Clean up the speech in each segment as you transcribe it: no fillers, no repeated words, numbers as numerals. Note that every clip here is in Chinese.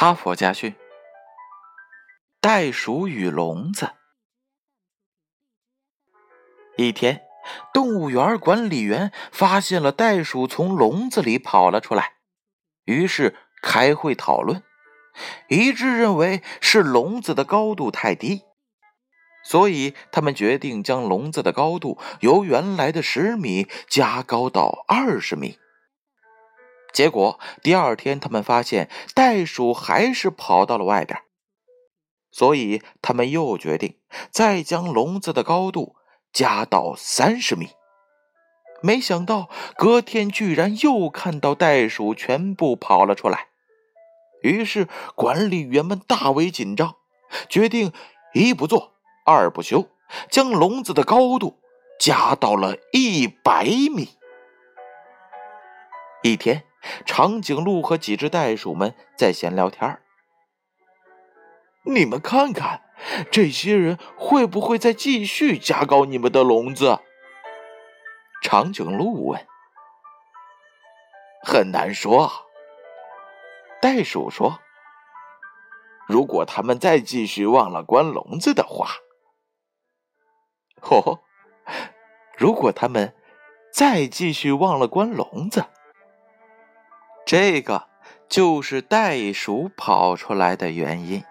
哈佛家训：袋鼠与笼子。一天，动物园管理员发现了袋鼠从笼子里跑了出来，于是开会讨论，一致认为是笼子的高度太低，所以他们决定将笼子的高度由原来的10米加高到20米。结果第二天他们发现袋鼠还是跑到了外边，所以他们又决定再将笼子的高度加到30米。没想到隔天居然又看到袋鼠全部跑了出来，于是管理员们大为紧张，决定一不做二不休，将笼子的高度加到了100米。一天，长颈鹿和几只袋鼠们在闲聊天。你们看看，这些人会不会再继续加高你们的笼子？长颈鹿问。很难说，袋鼠说。如果他们再继续忘了关笼子的话。如果他们再继续忘了关笼子，这个就是袋鼠跑出来的原因。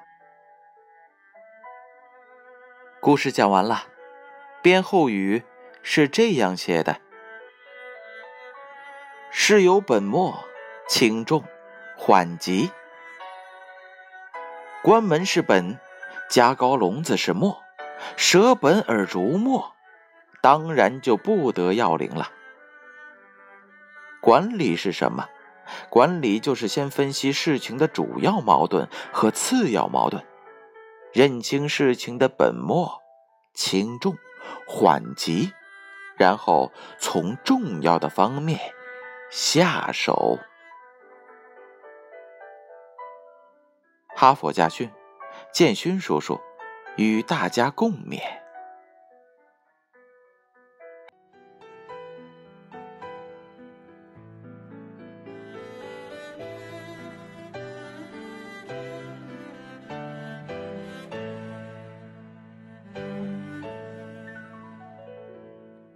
故事讲完了，编后语是这样写的：事有本末，轻重缓急。关门是本，加高笼子是末，舍本而逐末，当然就不得要领了。管理是什么？管理就是先分析事情的主要矛盾和次要矛盾，认清事情的本末、轻重、缓急，然后从重要的方面下手。哈佛家训，建勋叔叔与大家共勉。